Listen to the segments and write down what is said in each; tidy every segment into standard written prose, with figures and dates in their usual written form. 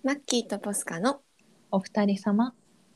マッキーとポスカのお二人様。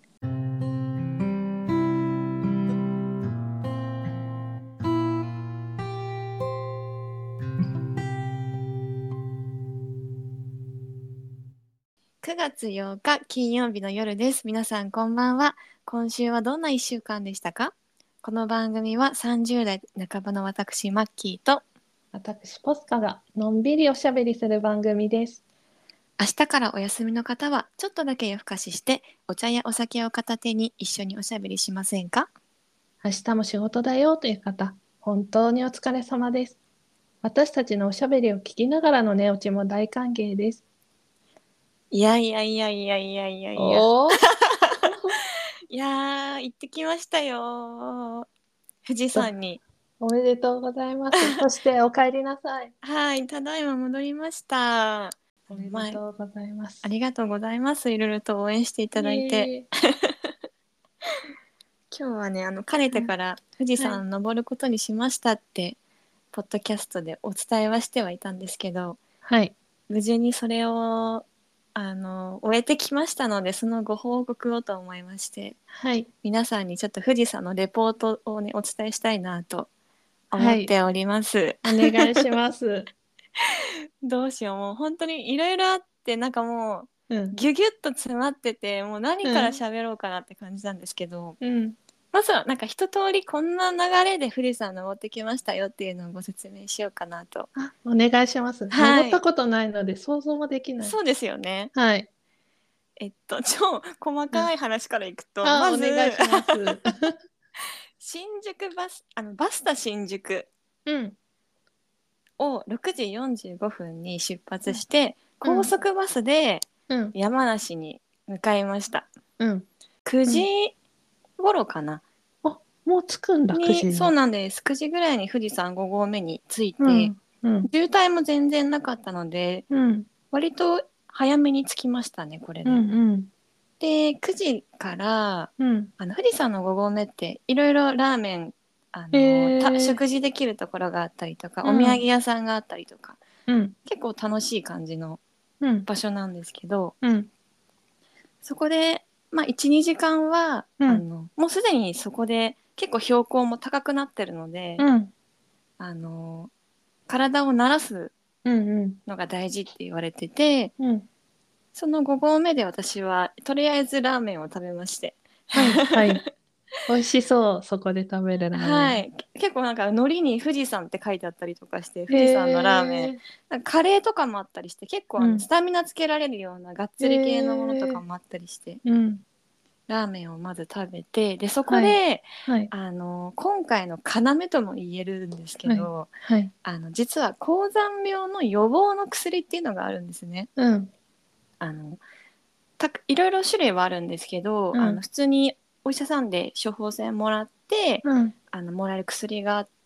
9月8日金曜日の夜です。皆さんこんばんは。今週はどんな1週間でしたか？この番組は30代半ばの私マッキーと私、ポスカがのんびりおしゃべりする番組です。 明日からお休みの方はちょっとだけ夜更かししてお茶やお酒を片手に一緒におしゃべりしませんか？ 明日も仕事だよという方、本当にお疲れ様です。私たちのおしゃべりを聞きながらの寝落ちも大歓迎です。 いやいやいやいやいやいやいやおーいやー行ってきましたよ、富士と、 山に。 おめでとうございます。そしてお帰りなさい。 はい、ただいま戻りました。 おめで前とうございまあす。 りがとうございます。いろいろと応援していただいて。 いえ。 今日はね、かねてから富士はい。 山登ることにしましたって、ポッドキャストでお伝えはしてはいたんですけど、 はい。 無事にそれを、終えてきましたので、そのご報告をと思いまして、 はい。 皆さんにちょっと富士山のレポートをね、お伝えしたいなと思はい。 っております。 お願いします。 どうしよう、もう本当にいろいろあって、なんかもう、 うん。 ギュギュッと詰まってて、もう何からうん。 喋ろうかなって感じなんですけど、 うん。 まずはなんか一通りこんな流れで富士山登ってきましたよっていうのをご説明しようかなと。 あ、お願いします。登はい。 ったことないので想像もできない。 そうですよね。 はい。 超細かい話からいくと、 あ、 まずお願いします。 新宿バスタ新宿うん。 を6時45分に出うん。 発して、高うん。 速バスでうん。 山梨に向かいました。 うん。 9 うん。 時頃かなあ、もう着くんだ、9時そうに。 なんです。9時ぐらいに富士山5合目に着いて、 うん。うん。 渋滞も全然なかったので、 うん。 割と早めに着きましたね、これで。 うん。うん。 で、9時からうん。 富士山の5合目っていろいろラーメン、 えー。 食事できるところがあったりとか、 うお土産ん。 屋さんがあったりとか、 うん。 結構楽しい感じのうん。 場所なんですけど、 うん。 そこで、まあ、1、2時間は、 うん。 もうすでにそこで結構標高も高くなってるので、 うん。 あの、体を慣らすうん。うん。 のが大事って言われてて、 うん。 その5合目で私はとりあえずラーメンを食べまして。 はい。はい。美味しそう、そこで食べるラーメン。 はい。結構なんか海苔に富士山って書いてあったりとかして、富士山のラーメン、 へー。 なんかカレーとかもあったりして、結構うん。 スタミナつけられるようながっへつり系のものとかー。 もあったりして、 うん。 ラーメンをまず食べて、で、そこはい。 で、 はい。 今回の要とも言えるんですけはい。 ど、 はい。 実は高山病の予防の薬っていうのがあるんですね。 うん。 あの、いろいろ種類はあるんですけど、 うん。 普通にお医者さんで処方箋もらって、 うん。 もらえる薬があって、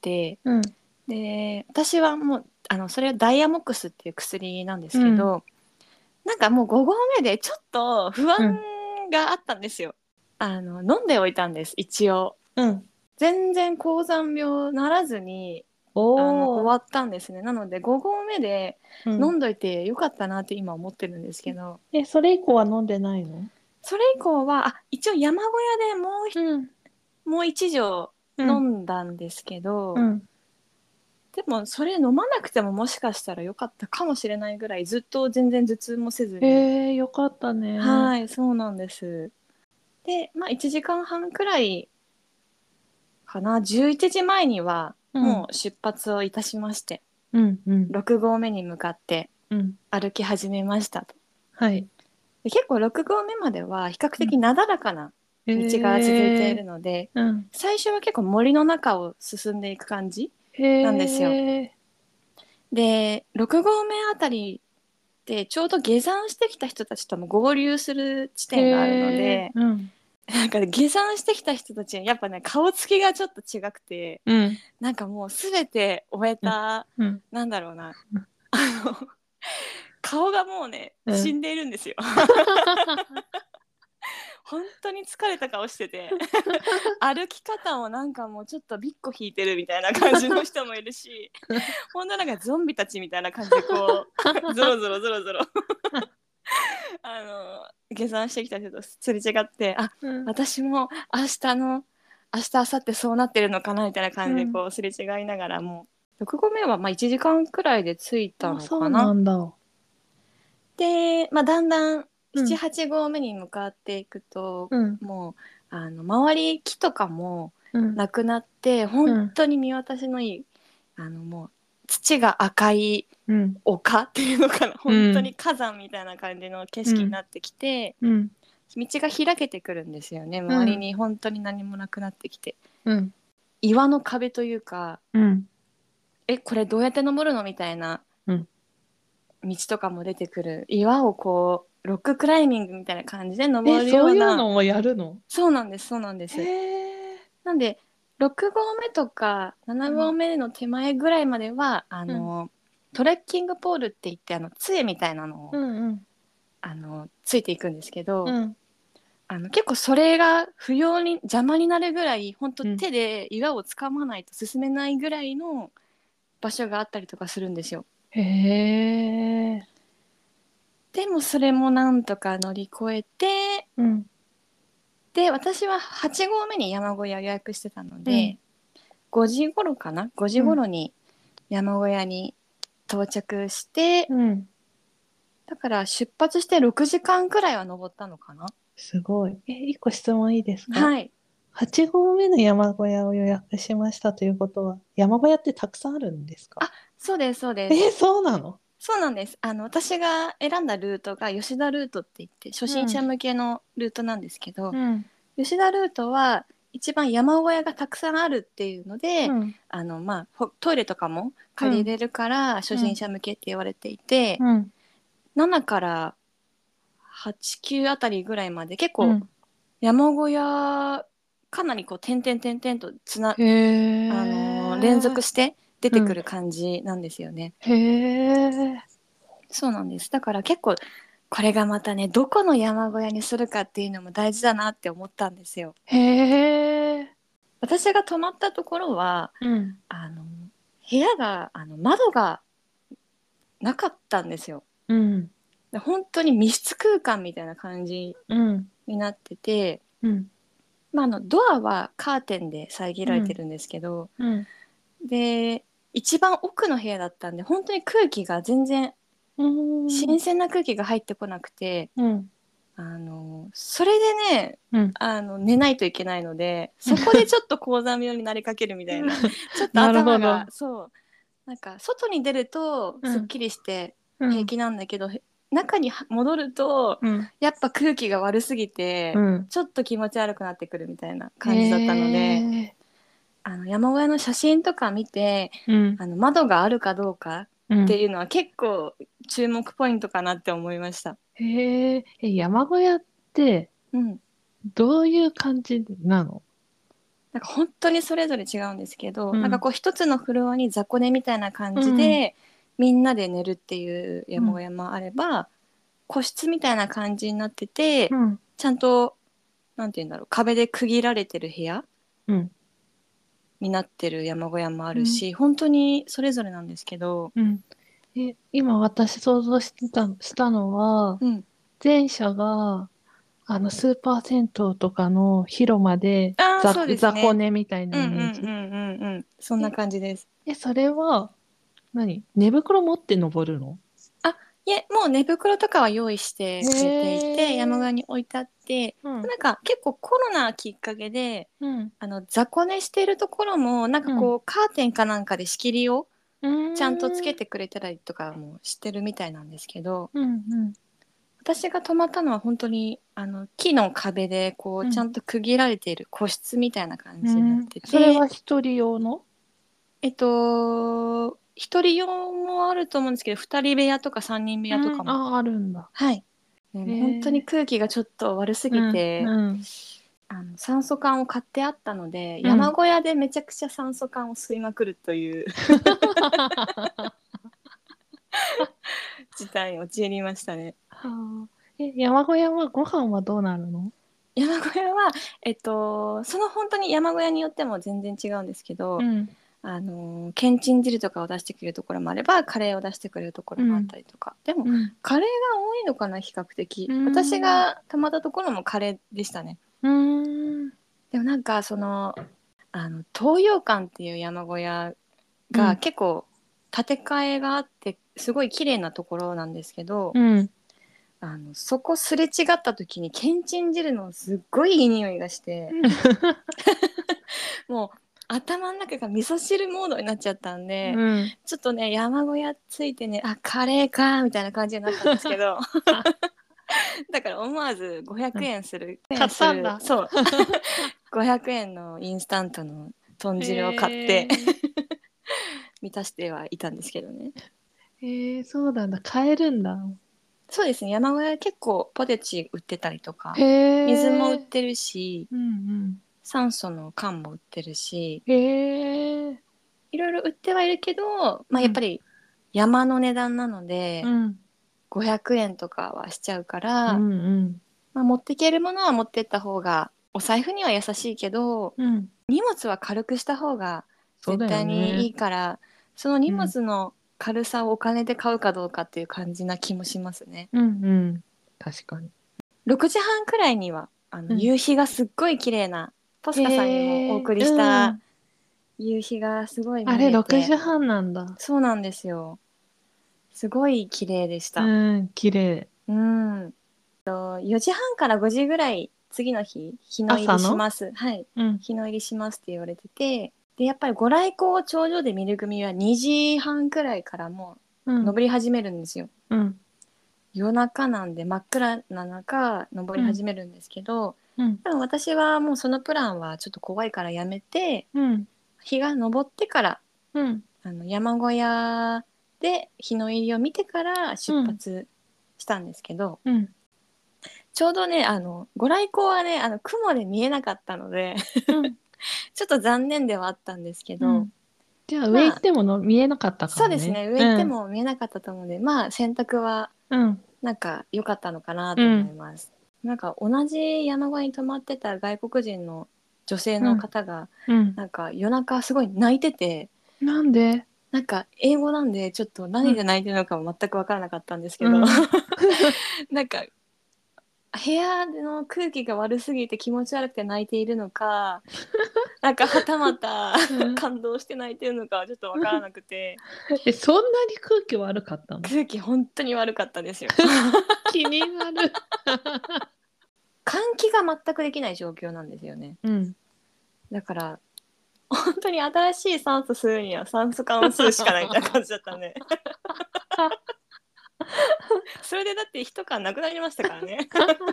うん。 で、私はもう、それはダイヤモックスっていう薬なんですうん。 けど、なんかもう5合目でちょっと不安うん。 があったんですよ。飲んでおいたんです、一応。 うん。 全然高山病ならずに、終おー。 わったんですね。なので、5合目でうん。 飲んどいてよかったなって今思ってるんですけど、 え、それ以降は飲んでないの？ それ以降は、一応山小屋でうん。 もう一錠飲うん。 んだんですけど、 うん。 でもそれ飲まなくてももしかしたらよかったかもしれないぐらいずっと全然頭痛もせずに。 よかったね。 はい、そうなんです。で、まあ1時間半くらいかな、11時前にはうん。 もう出発をいたしまして、 うん。うん。 6合目に向かってうん。 歩き始めましたと。 はい。 で、結構6合目までは比較うん。 的なだらかな道が続いているので、 うん。 最初は結構森の中を進んでいく感じへなんですよ。 え。 で、6合目あたりでちょうど下山してきた人たちとも合流する地点があるのへえ。 で、 うん。 なんか下山してきた人たちやっぱね、顔つきがちょっと違くて、 うん。 なんかもう全て終えうん。 た、 うん。 なんだろうな、あの顔がもうねうん。 死んでいるんですよ。本当に疲れた顔してて、歩き方もなんかもうちょっとビッコ引いてるみたいな感じの人もいるし、本当なんかゾンビたちみたいな感じでこうゾロゾロゾロゾロ下山してきた人とすれ違って、あ、 うん私も明日明後日そうなってるのかなみたいな感じでこうすれ違いながら、もう6合目はまあ1時間くらいで着いたあ、 のそうかな。 なんだ。 で、まあ、だんだん7、 うん、 8合目に向かっていくと、 うん、 もう周り木とかもうん、 なくなって、 うん、 本当に見渡しのいいもう土が赤いうん、 丘っていうのかな、 う本当にん、 火山みたいな感じの景うん、 色になってきて、 うん、 道が開けてくるんですよね。 う周りん、 に本当に何もなくなってきて、 うん、 岩の壁というか、 うん、 これどうやって登るのみたいなうん。 道とかも出てくる、岩をこうロッククライミングみたいな感じで登るそうような。 いうのもやるの？ そうなんです、そうなんでへす。 え。 なんで6合目とか7合うん、 目の手前ぐらいまではうん、 トレッキングポールって言って、杖みたいなのをうん、うん、 ついていくんですけど、 うん、 結構それが不要に邪魔になるぐらい、本当うん。 手で岩を掴まないと進めないぐらいの場所があったりとかするんですよ。 へえ。 でもそれもなんとか乗り越えて、 うん、 で私は8合目に山小屋予約してたので、 うん、 5時頃かな、5時うん、 頃に山小屋に到着して、 うん。 だから出発して6時間くらいは登ったのかな。 すごい。一個質問いいですか？ はい。 8 合目の山小屋を予約しましたということは、山小屋ってたくさんあるんですか？ あ、そうです、そうです。 そうなの？ そうなんです。私が選んだルートが吉田ルートって言って初うん、 心者向けのルートなんですけど、 うん、 吉田ルートは一番山小屋がたくさんあるっていうので、 うん、 まあ、トイレとかもうん、 借りれるから初うん、 心者向けって言われていて、 うん、 7から8、9あたりぐらいまで結構うん。 山小屋かなりこう点々点々とへ連続え、 して出うん、 てくる感じなんですよね。 へえ、 そうなんです。だから結構これがまたね、どこの山小屋にするかっていうのも大事だなって思ったんですよ。 へえ、 私が泊まったところはうん、 部屋が窓がなかったんですよ。 うん、 で本当に密室空間みたいな感じうん、 になってて、 うん、 まあ、ドアはカーテンで遮うん、 られてるんですけど、 うん、 で一番奥の部屋だったんで本当に空気が全然うん、 新鮮な空気が入ってこなくて、 うん、 それでね、 うん。 寝ないといけないので、そこでちょっと高山病になりかけるみたいな、ちょっとなるほ頭が、 ど。 そうなんか外に出るとうん、 すっきりしてうん、 平気なんだけど、中に戻るとうん、 やっぱ空気が悪すぎてうん。 ちょっと気持ち悪くなってくるみたいなへ感じだったので、 え、 山小屋の写真とか見て、 うん、 窓があるかどうかうん。 っていうのは結構注目ポイントかなって思いました。 へえ、山小屋ってうん。 どういう感じなの？ なんか本当にそれぞれ違うんですけど、なんかうん、 こう一つのフロアに雑魚寝みたいな感うん、 じでみんなで寝るっていううん、 山小屋もあれば、個室みたいな感じになってて、 うん、 ちゃんとなんて言うんだろう、壁で区切られてる部屋うん、 になってる山小屋もあうん、 るし、本当にそれぞれなんですけど。 うん。今私想像したのは、 うん。 前者が、スーパー銭湯とかの広間で、 ああ、そうですね。 雑魚寝みたいなうんうイメージ。 んうんうんうん。そんなえ、 感じです。 それは、寝袋持って登るの？ あ、いえ、もう寝袋とかは用意してくれていへて、山小屋え、 に置いてあって、 うん、 なんか結構コロナきっかけで、 うん、 雑魚寝してるところも、なんかうん、 こう、カーテンかなんかで仕切りをうちゃんとつーん、 けてくれたりとかもしてるみたいなんですけど、 うん、うん、 私が泊まったのは本当に、木の壁で、こう、 うん、 ちゃんと区切られている個室みたいな感じになっうん。 てそれはて、 一人用の？ 一人用もあると思うんですけど、二人部屋とか三人部うん、 屋とかも。 あるんだ。 はい。でへも本当にえ、 空気がちょっと悪すぎうん、 て、 うん、 酸素缶を買ってあったので、 うん。 山小屋でめちゃくちゃ酸素缶を吸いまくるという事態に陥りましたね。 はあ、山小屋はご飯はどうなるの？ 山小屋は、その本当に山小屋によっても全然違うんですけど、 うん、 けんちん汁とかを出してくれるところもあればカレーを出してくれるところもあったりとか、でもうんカレーが多いのかな比較的。 うん私が泊まったところもカレーでしたね。 うんでもなんか東洋館っていう山小屋が結構建て替えがあってすごい綺麗なところなんですけど、 うんそこすれ違った時にけんちん汁のすっごいいい匂いがしてもう頭の中が味噌汁モードになっちゃったんで、 うんちょっとね山小屋ついてねカレーかみたいな感じになったんですけどだから思わず500円する買ったんだ。 そう500円のインスタントの豚汁を買って満たしてはいたんですけどね。 そうなんだ。買えるんだ。 そうですね、山小屋結構ポテチ売ってたりとかへ水も売っえ。 てるしうん酸素の缶も売ってるしうん。へえ。 いろいろ売ってはいるけど、 うんやっぱり山の値段なのでうん 500円とかはしちゃうから、 うんうん持っていけるものは持ってった方がお財布には優しいけどうん。 荷物は軽くした方が絶そうだよ対にいね。 いから、その荷うん物の軽さをお金で買うかどうかっていう感じな気もしますね。 うんうん。確かに。 6時半くらいにはうん。 夕日がすっごい綺麗な、ポスカさんにもおへえ。 送りしたうん。 夕日がすごい見あれ、6 れて、 時半なんだ。 そうなんですよ。すごい綺麗でした。 うん、綺麗。 うん。4時半から5時ぐらい次の日日の入りし朝のます。はい。 うん。 日の入りしますって言われてて、でやっぱりご来光を頂上で見る組は2時半くらいからもううん。 登り始めるんですよ。 うん。 夜中なんで真っ暗な中登りうん。 始めるんですけど、 うん。 でも私はもうそのプランはちょっと怖いからやめて、 うん。 日が昇ってからうん。 山小屋で日の入りを見てから出うん。 発したんですけど、 うん。 ちょうどねご来光はね雲で見えなかったのでうん。 ちょっと残念ではあったんですけど、 うん。じゃあ、上行まあっても見えなかったかそうもね。 ですね、上行ってうん。 も見えなかったと思うので、選択はうん。 なんか良かったのかなと思いうん。 ます。なんか同じ山小屋に泊まってた外国人の女性のうん。 方がうん。 なんか夜中すごい泣いてて、 なんで？ なんか英語なんでちょっとうん。 何で泣いてるのかも全く分からなかったんですけどうん。 なんか部屋の空気が悪すぎて気持ち悪くて泣いているのか、なんかはたまたうん。 感動して泣いてるのかはちょっと分からなくて、 そんなに空気悪かったの？ 空気本当に悪かったですよ。 気になる。 換気が全くできない状況なんですよね。 うん。 だから本当に新しい酸素吸うには酸素缶を吸うしかないみたいな感じだったんでそれでだって一缶なくなりましたからね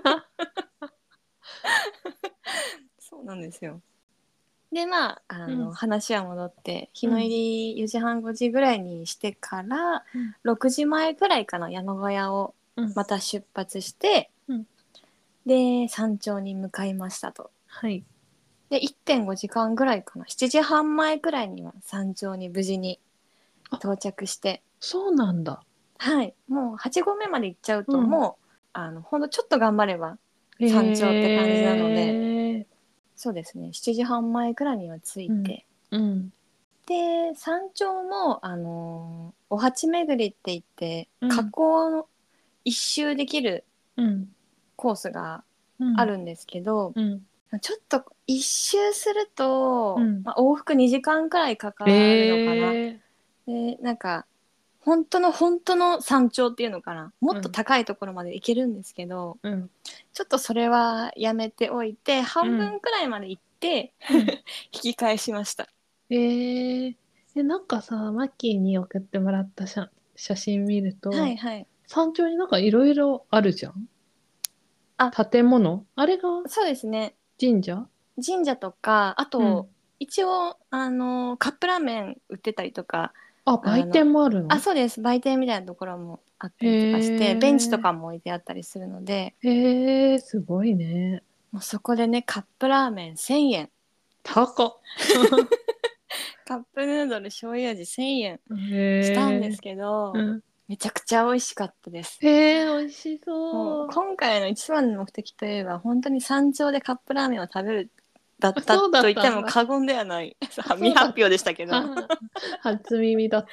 そうなんですよ。でうん。 話は戻って日の入うん。 り4時半5時ぐらいにしてからうん。 6時前ぐらいかな、山小屋をうん。 また出発して、 うん。 で山頂に向かいましたと。 はい。 で1.5時間ぐらいかな、7時半前くらいには山頂に無事にあ、 到着して、 そうなんだ。 はい、もう8合目まで行っちゃうとうん。 もうほんとちょっと頑張ればへ山頂って感じなので、 え。 そうですね、7時半前くらいには着いうん。 て、 うん。 で山頂もお鉢巡りって言って火うん。 口の一周できるうん。 コースがうん。 あるんですけど、 うん。 ちょっと一周すると、 うん。 往復2時間くらいかかるのかな。 ええ。 でなんか本当の山頂っていうのかな、もっとうん。 高いところまで行けるんですけど、 うん。 ちょっとそれはやめておいて半うん。 分くらいまで行ってうん。 引き返しました。 ええ。なんかさ、マッキーに送ってもらった写真見ると、 はいはい。 山頂になんかいろいろあるじゃん。 あ、 建物あれがそうですね。 神社？ 神社とか、あとうん。 一応カップラーメン売ってたりとか、 あ、 あの売店もあるの？ そうです、売店みたいなところもあったへりとかして、ベンチとえ。 かも置いてあったりするので、 へえ、すごいね。 もうそこでねカップラーメン1000円、 高っ。 カップヌードル醤油味1000円へしたんでえ。 すけど、 うん。 めちゃくちゃ美味しかったです。 へえ、美味しもうそう。 今回の一番の目的といえば本当に山頂でカップラーメンを食べるだったそうだと言ってったんだ。 も過言ではないそう未発表でしたけど初耳だった。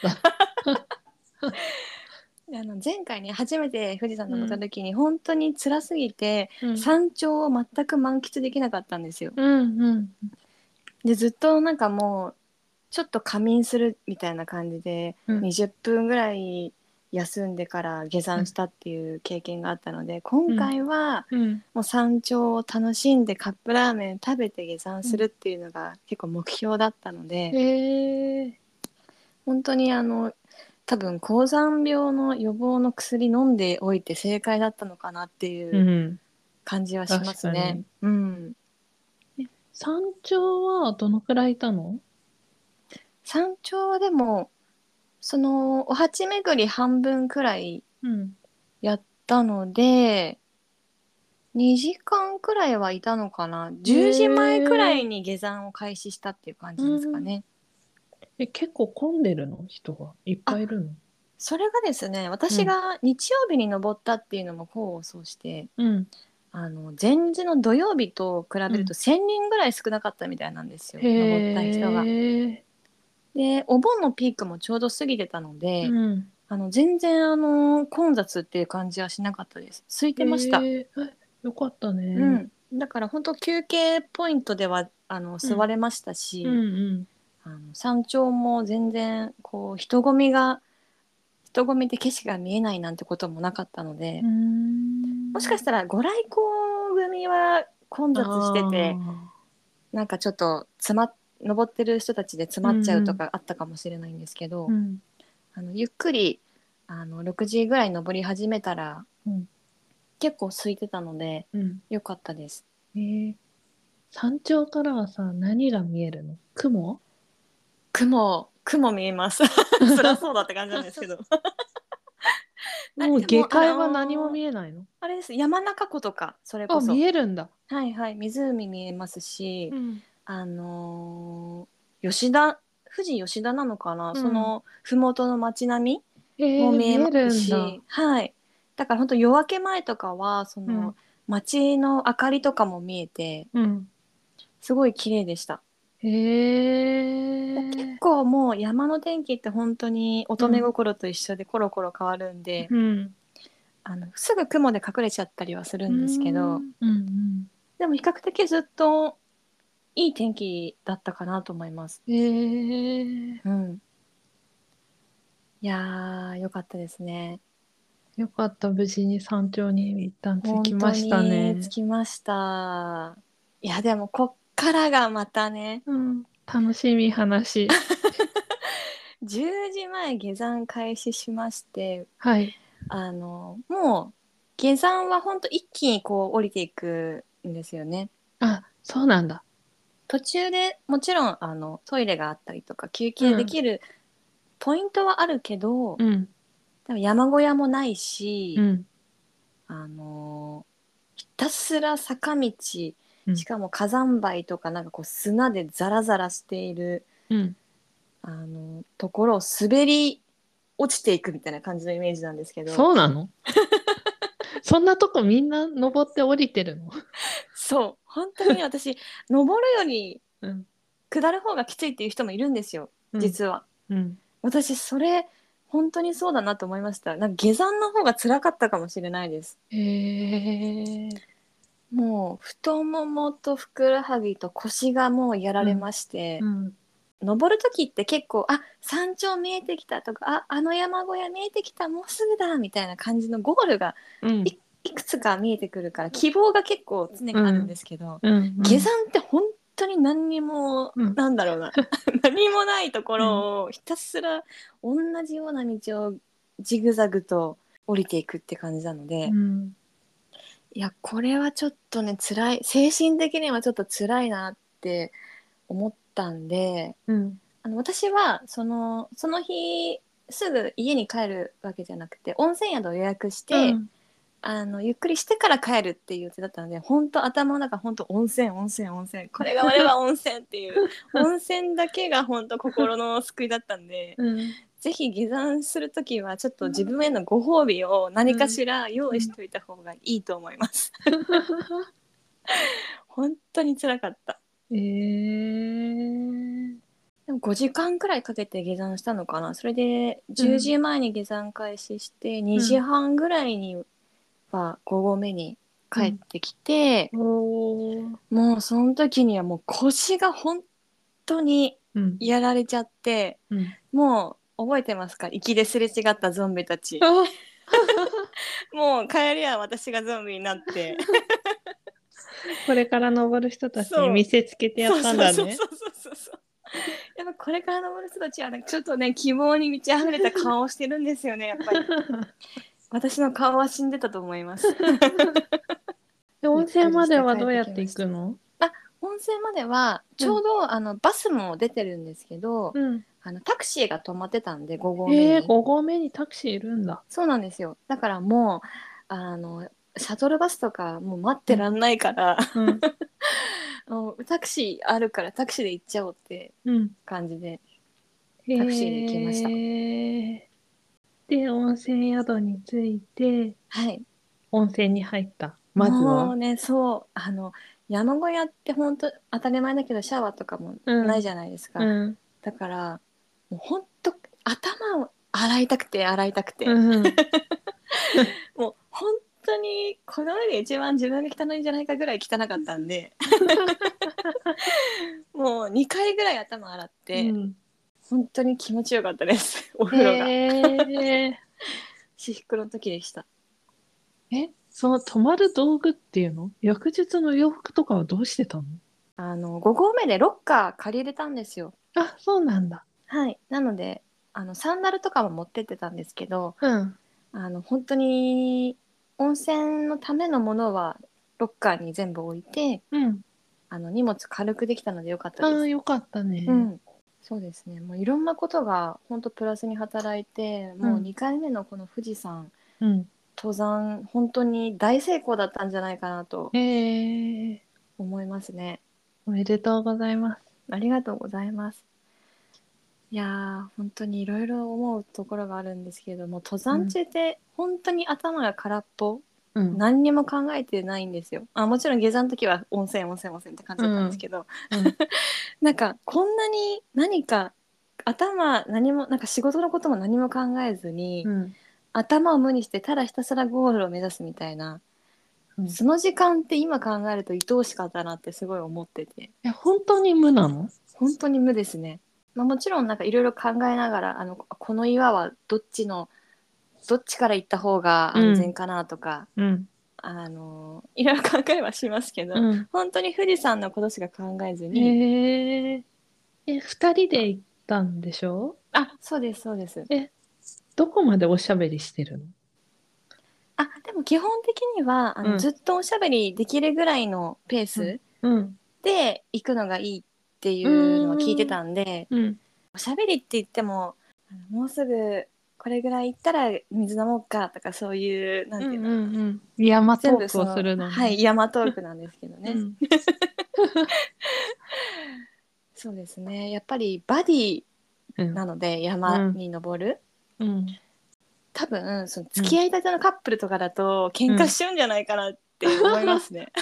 前回ね初めて富士山登ったうん。 時に本当に辛すぎてうん。 山頂を全く満喫できなかったんですよ。 うんうん。 でずっとなんかもうちょっと仮眠するみたいな感じでうん。 20分ぐらい休んでから下山したっていう経験があったので、今うん。 回はうん。 もう山頂を楽しんでカップラーメン食べて下山うん。 するっていうのが結構目標だったので、 え本当に多分高山病の予防の薬飲んでおいて正解だったのかなっていううん。 感じはしますね。 確かに。 うん。 山頂はどのくらいいたの？ 山頂はでもそのお鉢巡り半分くらいうん。 やったので2時間くらいはいたのかな。10時前くらいえに下山を開始したっていう感うじですかん。 ね。 結構混んでるの？人がいっあ、 ぱいいるの？ それがですね、 うん。 私が日曜日に登ったっていうのも功を奏して、 うん。 前日の土曜日と比べるとうん。 1000人ぐらい少なかったみたいなんですよ、 へ登った人が。 え。 で、お盆のピークもちょうど過ぎてたのうで、 ん。 全然混雑っていう感じはしなかったです。空いてました。 へえ。よかったね。 うん。だから本当休憩ポイントではうん。 座れましたうし、 ん山頂も全然こう人混みで景色が見えないなんてこともなかったので、 うん。 もしかしたらご来光組は混あ雑しててあ。 なんかちょっと登ってる人たちで詰うまっちゃうとんかあったかもしれないんですけど、 うん。 ゆっくり6時ぐらい登り始めたらうん。 結構空いてたのでうん。 良かったです。 えー、山頂からはさ、何が見えるの？雲？ 雲見えます辛そうだって感じなんですけどもうでも下界は何も見えないの？ あれです、山中湖とかそれこあ、見そ、 えるんだ。 はいはい、湖見えますし、 うん。 吉田富士吉田なのかな、 うん。 その麓の街並みも見えま見えるんだ。 すし、はい、だから本当夜明け前とかはそのうん。 街の明かりとかも見えてうん。 すごい綺麗でした。 へ結え。 構もう山の天気って本当に乙女うん。 心と一緒でコロコロ変わるんで、 うん。 すぐ雲で隠れちゃったりはするうんですけど、 ん。うん。 でも比較的ずっといい天気だったかなと思います。 へえ。 うん。いやー、よかったですね。 よかった。無事に山頂に一旦着き本当ましたに着ね。 きました。いや、でもこっからがまたね、 うん。楽しみ話。 10時前下山開始しまして、 はい。 もう下山は本当一気にこう降りていくんですよね。 あ、そうなんだ。 途中でもちろんトイレがあったりとか休うん。 憩できるポイントはあるけど、 うん。 でも山小屋もないし、 うん。 ひたすら坂道、しうん。 かも火山灰とかなんかこう砂でザラザラしているうん。 ところを滑り落ちていくみたいな感じのイメージなんですけど、 そうなの？そんなとこみんな登って降りてるの？ そう本当にね、私登るよりうん。 下る方がきついっていう人もいるんですよ、 うん。 実は。 うん。 私それ本当にそうだなと思いました。なんか下山の方が辛かったかもしれないです。 へえ。 もう太ももとふくらはぎと腰がもうやらうん。 れまして、 うん。 登る時って結構山頂見えてきたとかあの山小屋見えてきたもうすぐだみたいな感じのゴールがい、 うん。 いくつか見えてくるから希望が結構常にあるんでうん。 すけど、 うん。う下ん。 山って本当に何にもうん。 なんだろうな何もないとこうん。 ろをひたすら同じような道をジグザグと降りていくって感じなので、 うん。 いやこれはちょっとね辛い、精神的にはちょっと辛いなって思ったんで、 うん。 私はその日すぐ家に帰るわけじゃなくて温泉宿を予約してうん。 ゆっくりしてから帰るっていう予定だったので、本当頭の中本当温泉温泉温泉、これが終われば温泉っていう温泉だけが本当心の救いだったんで、 うん。 ぜひ下山するときはちょっと自分へのご褒美を何かうん。 しら用うん。 意しといた方がいいと思います本当に辛かった。 でも5時間くらいかけて下山したのかな。それで10時前に下山開始して、2時半ぐらいには5合目に帰ってきて、 おー。 もうその時にはもう腰が本当にやられちゃって、もう覚えてますか？行きですれ違ったゾンビたち。 あもう帰りは私がゾンビになってこれから登る人たちにそう見せつけてやったんだね。 そうやっぱこれから登る人たちはね、ちょっとね、希望に満ち溢れた顔をしてるんですよね、やっぱり。私の顔は死んでたと思います。 で、 ゆっ温泉までくりして帰はどうやってってきました。 行くの？ あ、温泉まではちょうど、バスも出てるんですけど、 うん。 タクシーが止まってたんで、5合目に。 5合目にタクシーいるんだ。 そうなんですよ。だからもうシャトルバスとかもう待っうん。 てらんないから、 うん。 もうタクシーあるからタクシーで行っちゃおうってうん。 感じでへタクシーで行きました。 え。で、温泉宿に着いて、 はい。 温泉に入った。まずは。 もうね、そう山小屋って本当当たり前だけどシャワーとかもうん。 ないじゃないですか。 うん。 だからもう本当頭を洗いたくて洗いたくて、 うん。 もう本当にこの世で一番自分が汚いんじゃないかぐらい汚かったんでもう2回ぐらい頭洗ってうん。 本当に気持ちよかったですおへ風呂が。 え。 至福の時でした。 その泊まる道具っていうの？翌日の洋服とかはどうしてたの？ 5合目でロッカー借りれたんですよ。 あ、そうなんだ。 はい。なのでサンダルとかも持ってってたんですけど、 うん。 本当に温泉のためのものはロッカーに全部置いて、 うん。 荷物軽くできたのでよかったああ、 です。 よかったね。 うん。そうですね。もういろんなことが本当プラスに働いて、もううん。 2回目のこの富士山うん。 登山本当に大成功だったんじゃないかなとへえ。 思いますね。 おめでとうございます。 ありがとうございます。いやー本当にいろいろ思うところがあるんですけれども、登山うん。 中って本当に頭が空っぽ、 うん。 何にも考えてないんですよ。もちろん下山の時は温泉温泉温泉って感じだったんですうん。 けど、 うん。 なんかこんなに何か何もなんか仕事のことも何も考えずにうん。 頭を無にしてただひたすらゴールを目指すみたいな、 うん。いその時間って今考えると愛おしかったなってすごい思ってて、 や、本当に無なの？ 本当に無ですね。もちろんなんかいろいろ考えながらこの岩はどっちから行った方が安全うん。 かなとか、 うん。 いろいろ考えはしますけど、 うん。 本当に富士山のことしか考えずに、 へえ。二人で行ったんでしょ？ そうですそうです。 え、どこまでおしゃべりしてるの？ でも基本的にはうん。 ずっとおしゃべりできるぐらいのペーうん。 スうん。 で行くのがいいってういうのは聞いてーん。 たんで、 うん。 おしゃべりって言ってももうすぐこれぐらい行ったら水飲もうかとか、そういうなんうんていうんだろうな、 うんうん。山ト全ークをす部るのね。 はい山トークなんですけどね。 うん。 そうですね、やっぱりバディうん。 なのでうん。 山に登る、 うん。 多分そのうん。 付き合いたてのカップルとかだと喧うん。 嘩しちゃうんじゃないかなって思いますね。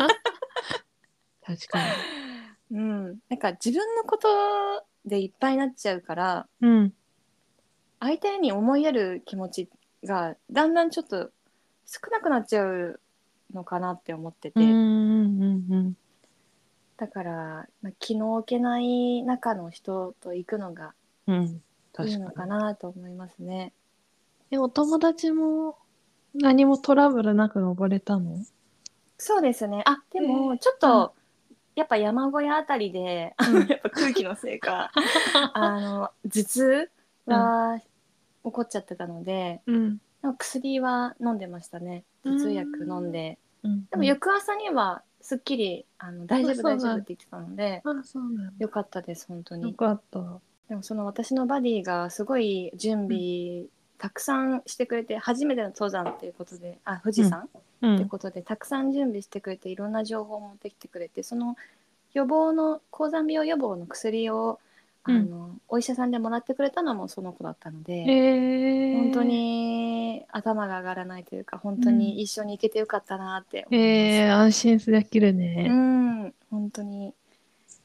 確かに。 うん、なんか自分のことでいっぱいになっちゃうから、 うん。 相手に思いやる気持ちがだんだんちょっと少なくなっちゃうのかなって思ってうんて、 うんうんだから、気の置けない中の人と行くのがうん。うん。 いいの確かに。 かなと思いますね。 お友達も何もトラブルなく登れたの？ そうですね。でもちょっうん。 とやっぱ山小屋あたりでうん。 やっぱ空気のせいか頭痛うん。 は起こっちゃってたので、 うん。 でも薬は飲んでましたね。 う頭痛薬飲んん。 で。 うん。 でもうん。 翌朝にはすっきり大あ、 丈夫大丈夫ってそうなん言ってたので、 あ、そうなんだ。 よかったです本当よに。 かった。 でもその私のバディがすごい準うん。 備たくさんしてくれて、初めての登山っていうことで富うん。 士山ってうん。 ことでたくさん準備してくれて、いろんな情報を持ってきてくれて、その予防の高山病予防の薬をうん。 お医者さんでもらってくれたのもその子だったのえで、本当ー。 に頭が上がらないというか、本当うん。 に一緒に行けてよかったなって思います。 安心できるうね。 ん本当に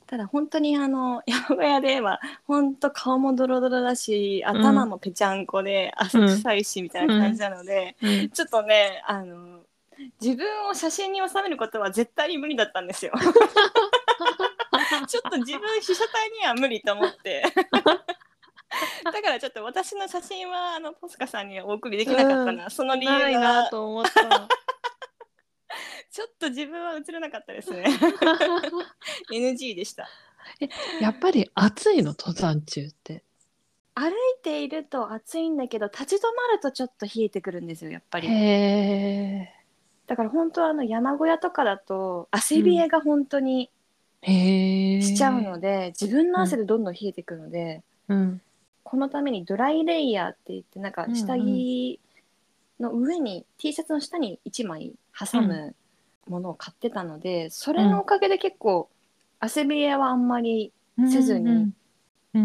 ただ本当に山小屋では本当顔もドロドロだし、 うん頭もぺちゃんこで汗臭いしみたいな感じなので、 うんちょっとね自分を写真に収めることは絶対に無理だったんですよ。ちょっと自分被写体には無理と思ってだからちょっと私の写真はポスカさんにはお送りできなかったな、その理由ないながと思った。 ちょっと自分は映れなかったですねNG でした。 やっぱり暑いの、登山中って。 歩いていると暑いんだけど立ち止まるとちょっと冷えてくるんですよやっぱへり。 え。 だから本当は山小屋とかだと汗うん。 冷えが本当にへしちゃうのえ。 で、自分のうん。 汗でどんどん冷えてくるので、 うん。 このためにドライレイヤーって言ってなんかうん。 下うん。 着の上に T シャツの下に1枚うん。 挟むものを買ってたので、そうん。 れのおかげで結構汗冷えはあんまりうせずにん。うん。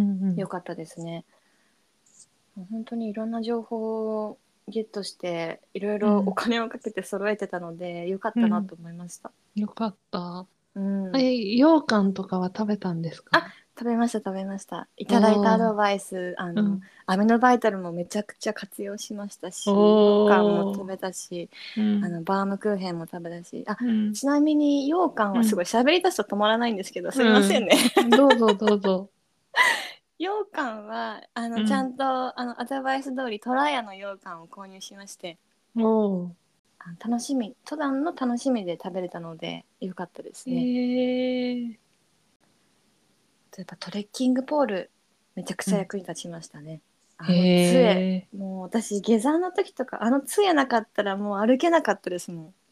良かったですね。もう本当にいろんな情報をゲットしていろいろおうん。 金をかけて揃えてたので良かっうん。 たなと思いました。 よかった。 うん。 羊羹とかは食べたんですあ、 か？ 食べました食べました。いただいたアおー。 ドバイスうん。 アミノバイタルもめちゃくちゃ活用しましたし、羊羹も食おー。 べたし、 うん。 バームクーヘンも食べたし、 うん。 ちなみに羊羹うん。 はすごい喋り出すと止まらないんですけど、すみませうん。 んね。 どうぞどうぞ。 羊羹はちゃうん。 んとアドバイス通りトラヤの羊羹を購入しまして、 おー。 楽しみ、登山の楽しみで食べれたので良かったですへね。 え。 やっぱトレッキングポールめちゃくちゃうん。 役に立ちましたね。 へ杖、 え。 もう私下山の時とか杖なかったらもう歩けなかったですもん。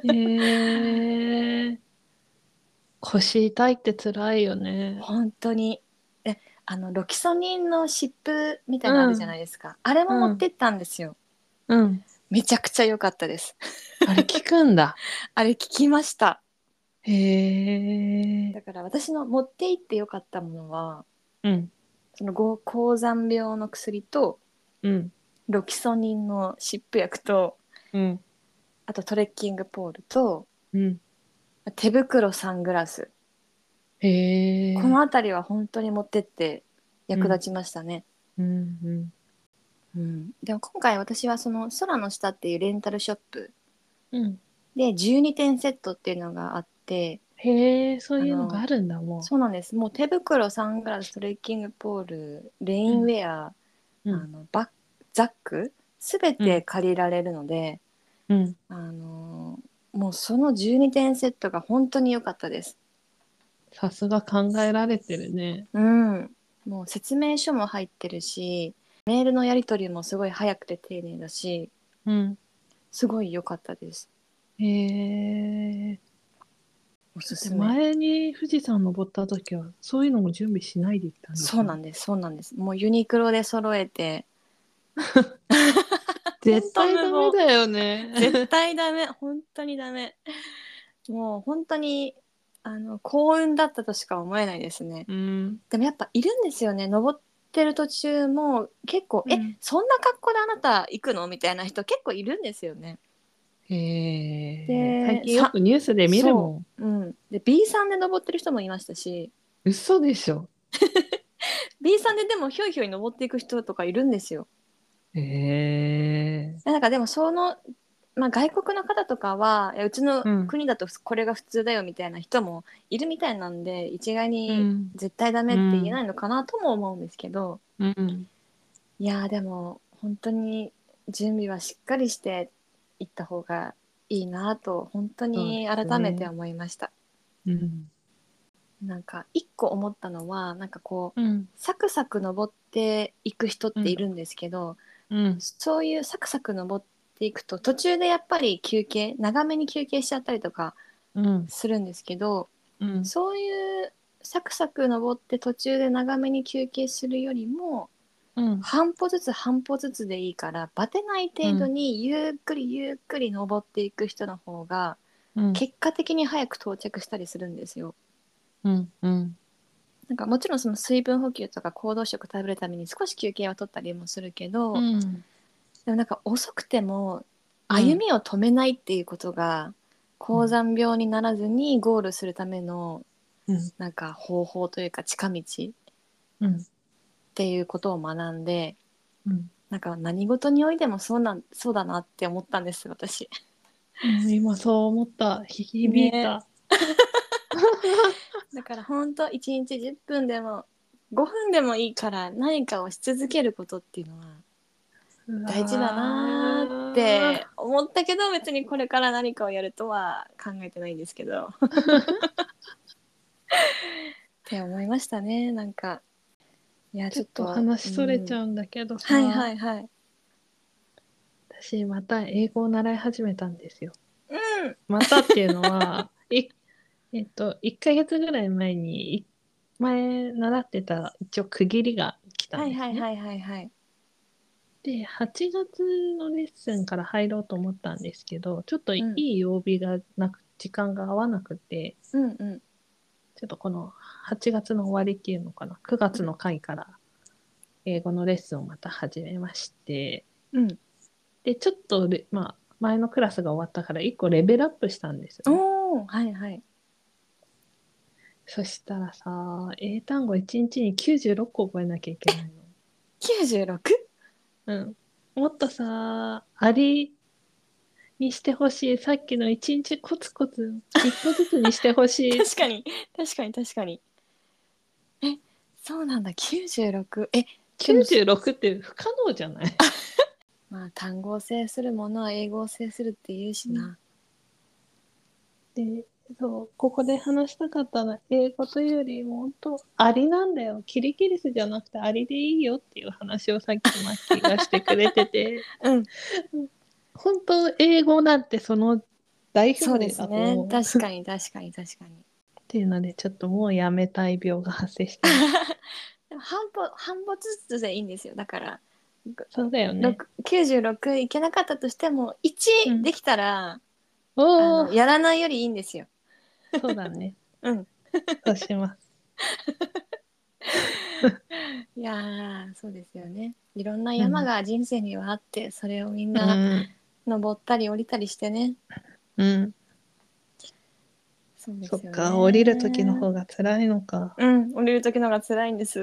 へえ。腰痛いって辛いよね。 本当に。えロキソニンの湿布みたいなのあるじゃなうん。 いですか、あれも持うん。 ってったんですよ。 うん。 めちゃくちゃ良かったです。 あれ効くんだ。 あれ聞きました。 へえ。 だから私の持って行って良かったものはうん。 その高山病の薬とうん。 ロキソニンの湿布薬と、 うん。 あとトレッキングポールとうん。 手袋、サングラス、 へこのえ。 辺りは本当に持ってってうん。 役立ちましたね。 うん。うん。 うん、でも今回私はその空の下っていうレンタルショップうん。 で12点セットっていうのがあって、 へえ、そういうのがあのあるんだ、もそうなんです。もう手袋、サングラス、トレッキングポール、レう。 インウうん。 ェア、 うん。 ザック、すべうん。 て借りられるので、 うん。 もうその12点セットが本当に良かったです。 さすが考えられてるね。 うん。もう説明書も入ってるし、メールのやり取りもすごい早くて丁寧だし、 うん。 すごい良かったです。 へえ。 おだってすすめ。 前に富士山登った時は、そういうのも準備しないで行ったんでしょ？ そうなんです、そうなんです。もうユニクロで揃えて、本当絶対無謀。 ダメだよね。 絶対ダメ、本当にダメ。もう本当に幸運だったとしか思えないですね。 うん。 でもやっぱいるんですよね。登ってる途中も結構うん。 そんな格好であなた行くのみたいな人結構いるんですよね。 へえ。最で、 近よくニュースで見るそもん。 う、うん。で B さんで登ってる人もいましたし、 嘘でしょ？ B さんででもひょいひょい登っていく人とかいるんですよ。 へえ。 なんかでも外国の方とかはいやうちのうん。 国だとこれが普通だよみたいな人もいるみたいなんで、一概にうん。 絶対ダメうって言えなん。 いのかなとも思うんですけど、 うん。 いやーでも本当に準備はしっかりしていった方がいいなと本当そうでにすね。 改めて思いました。 うん。 なんか一個思ったのはなんかこううん。 サクサク登っていく人っうん。 ているんですけど、 うん。 そういうサクサク登っていくと途中でやっぱり長めに休憩しちゃったりとかうん。 するんですけど、 うん。 そういうサクサク登って途中で長めに休憩するよりもうん。 半歩ずつ半歩ずつでいいからバテない程度うん。 にゆっくりゆっくり登っていく人の方がうん。 結果的に早く到着したりするんですよ。 うん。うん。 なんかもちろんその水分補給とか行動食食べるために少し休憩は取ったりもするけど、 うん。 でもなんか遅くてもうん。 歩みを止めないっていうことが高山病にならずにゴールするためのなんか方法というか近道っうんていうことを学んで、 うんなんか何事においてもそうだなって思ったんです私。 うん、今そう思った。響いね。 た。 だから本当1日10分でも5分でもいいから何かをし続けることっていうのはう大事だなーっわて思ったけど、別にこれから何かをやるとは考えてないんですけどっー。 て思いましたね。なんかいやちちょっとょっと、 話それちゃうんだけどはいはさ、 いはい。 私また英語を習い始めたんですよ。 うん。 またっていうのは、1ヶ月ぐらい前に、前習ってた一応区切りが来たはいんですね。 はいはいはいはい。 で、8月のレッスンから入ろうと思ったんですけど、ちょっというんい曜日がなく、時間が合わなくて、 うんうんちょっとこの8月の終わりっていうのかな、9月の回から英語のレッスンをまた始めまして、 うん。 で、ちょっとまあ、前のクラスが終わったから1個レベルアップしたんですね。 おーはいはい。 そしたらさ、英単語1日に96個覚えなきゃいけないの。 96？ うん。もっとさ、ありにしてほしい。さっきの1日コツコツ1個ずつにしてほしい。 確かに確かに確かに。え、そうなんだ、96。でも 96って不可能じゃない？ まあ単語を制するものは英語を制するって言うしうん。 な。 で、そう、ここで話したかったのは、英語というよりも、本当、ありなんだよ。キリギリスじゃなくてありでいいよっていう話をさっきマッキーがしてくれてて、 うん。 本当、英語なんてその大そうで表現だとすね。 思う。 確かに確かに確かに。 っていうので、ちょっともうやめたい病が発生してます。 でも半歩ずつでいいんですよ。だからそうだよね。 96いけなかったとしても1 うん。 できたらおー、 やらないよりいいんですよ。 そうだね。 うん。 そうします。 いやーそうですよね。いろんなうん。 山が人生にはあって、それをみんうなん。 登ったり降りたりしてね。 うん。 そうですよそっか、降りる時のね。 方が辛いのか。 うん、降りる時の方が辛いんです。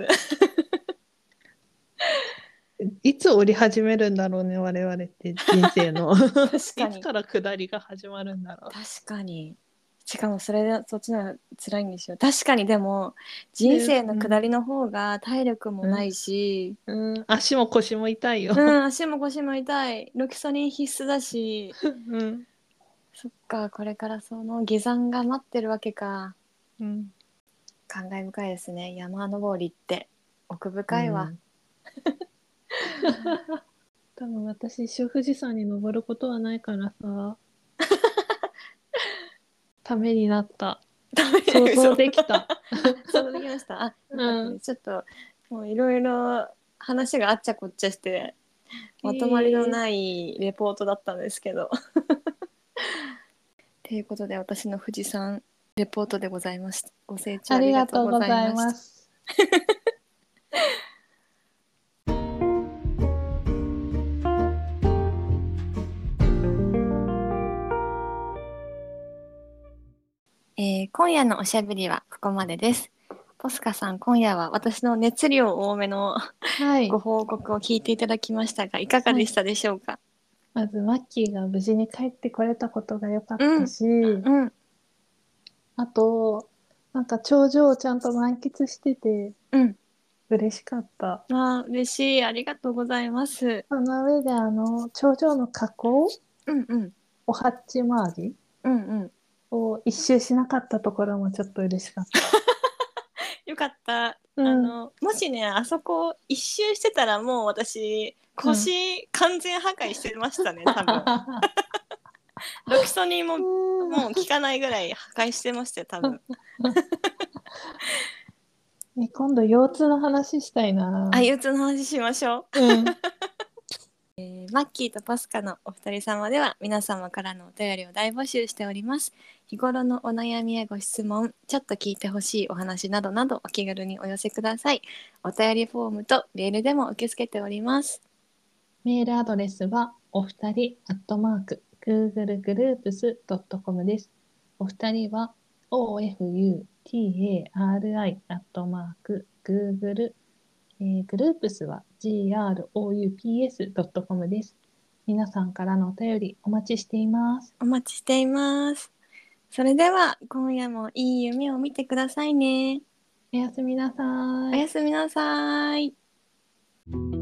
いつ降り始めるんだろうね、我々って人生の。 確かに。 いつから下りが始まるんだろ確かに。しかもそれでそっちの方が辛いんですよ。確かに。でもう。で、 人生のうん。 下りの方が体力もうん。 ないし、 うん。足も腰も痛いよ。 うん、足も腰も痛い。ロキソニン必須だし。 うん。 そっか、これからその下山が待ってるわけか。 うん。 感慨深いですね。山登りって奥深いわ。 うん。多分私、一生富士山に登ることはないからさ、ためになった。 ダメ想像嘘。 できた。 想像できました。あ、よかったうん。 です。ちょっともういろいろ話があっちゃこっちゃしてまとまりのえー、 ないレポートだったんですけど。ということで私の富士山レポートでございました。ご清聴ありありがとうごがとうございました。 ざいます。 今夜のおしゃべりはここまでです。ポスカさん、今夜は私の熱量多めのごはい。 報告を聞いていただきましたが、いかがはい。 でしたでしょうか？ まず、マッキーが無事に帰ってこれたことが良かっうん、 たし、 うん、 あと、なんか頂上をちゃんと満喫しててうん。 嬉しかった。 まあ、嬉しい。ありがとうございます。 その上で、頂上の火口、 うん、うん、 お八回りうん、うん。 を一周しなかったところもちょっと嬉しかった。 よかった。 うん、 もしね、あそこ一周してたらもう私、 うん。 腰完全破壊してましたね、多分。ロキソニンももう効かないぐらい破壊してましたよ、多分。 今度腰痛の話したいな。 憂鬱の話しましょう。 うん。 マッキーとパスカのお二人様では皆様からのお便りを大募集しております。日頃のお悩みやご質問、ちょっと聞いてほしいお話などなどお気軽にお寄せください。お便りフォームとメールでも受け付けております。 メールアドレスは、お二人、@google グループス .com です。お二人は、 ofutari@google、グループスは groups.com です。皆さんからのお便りお待ちしています。 お待ちしています。それでは今夜もいい夢を見てくださいね。 おやすみなさい。 おやすみなさい。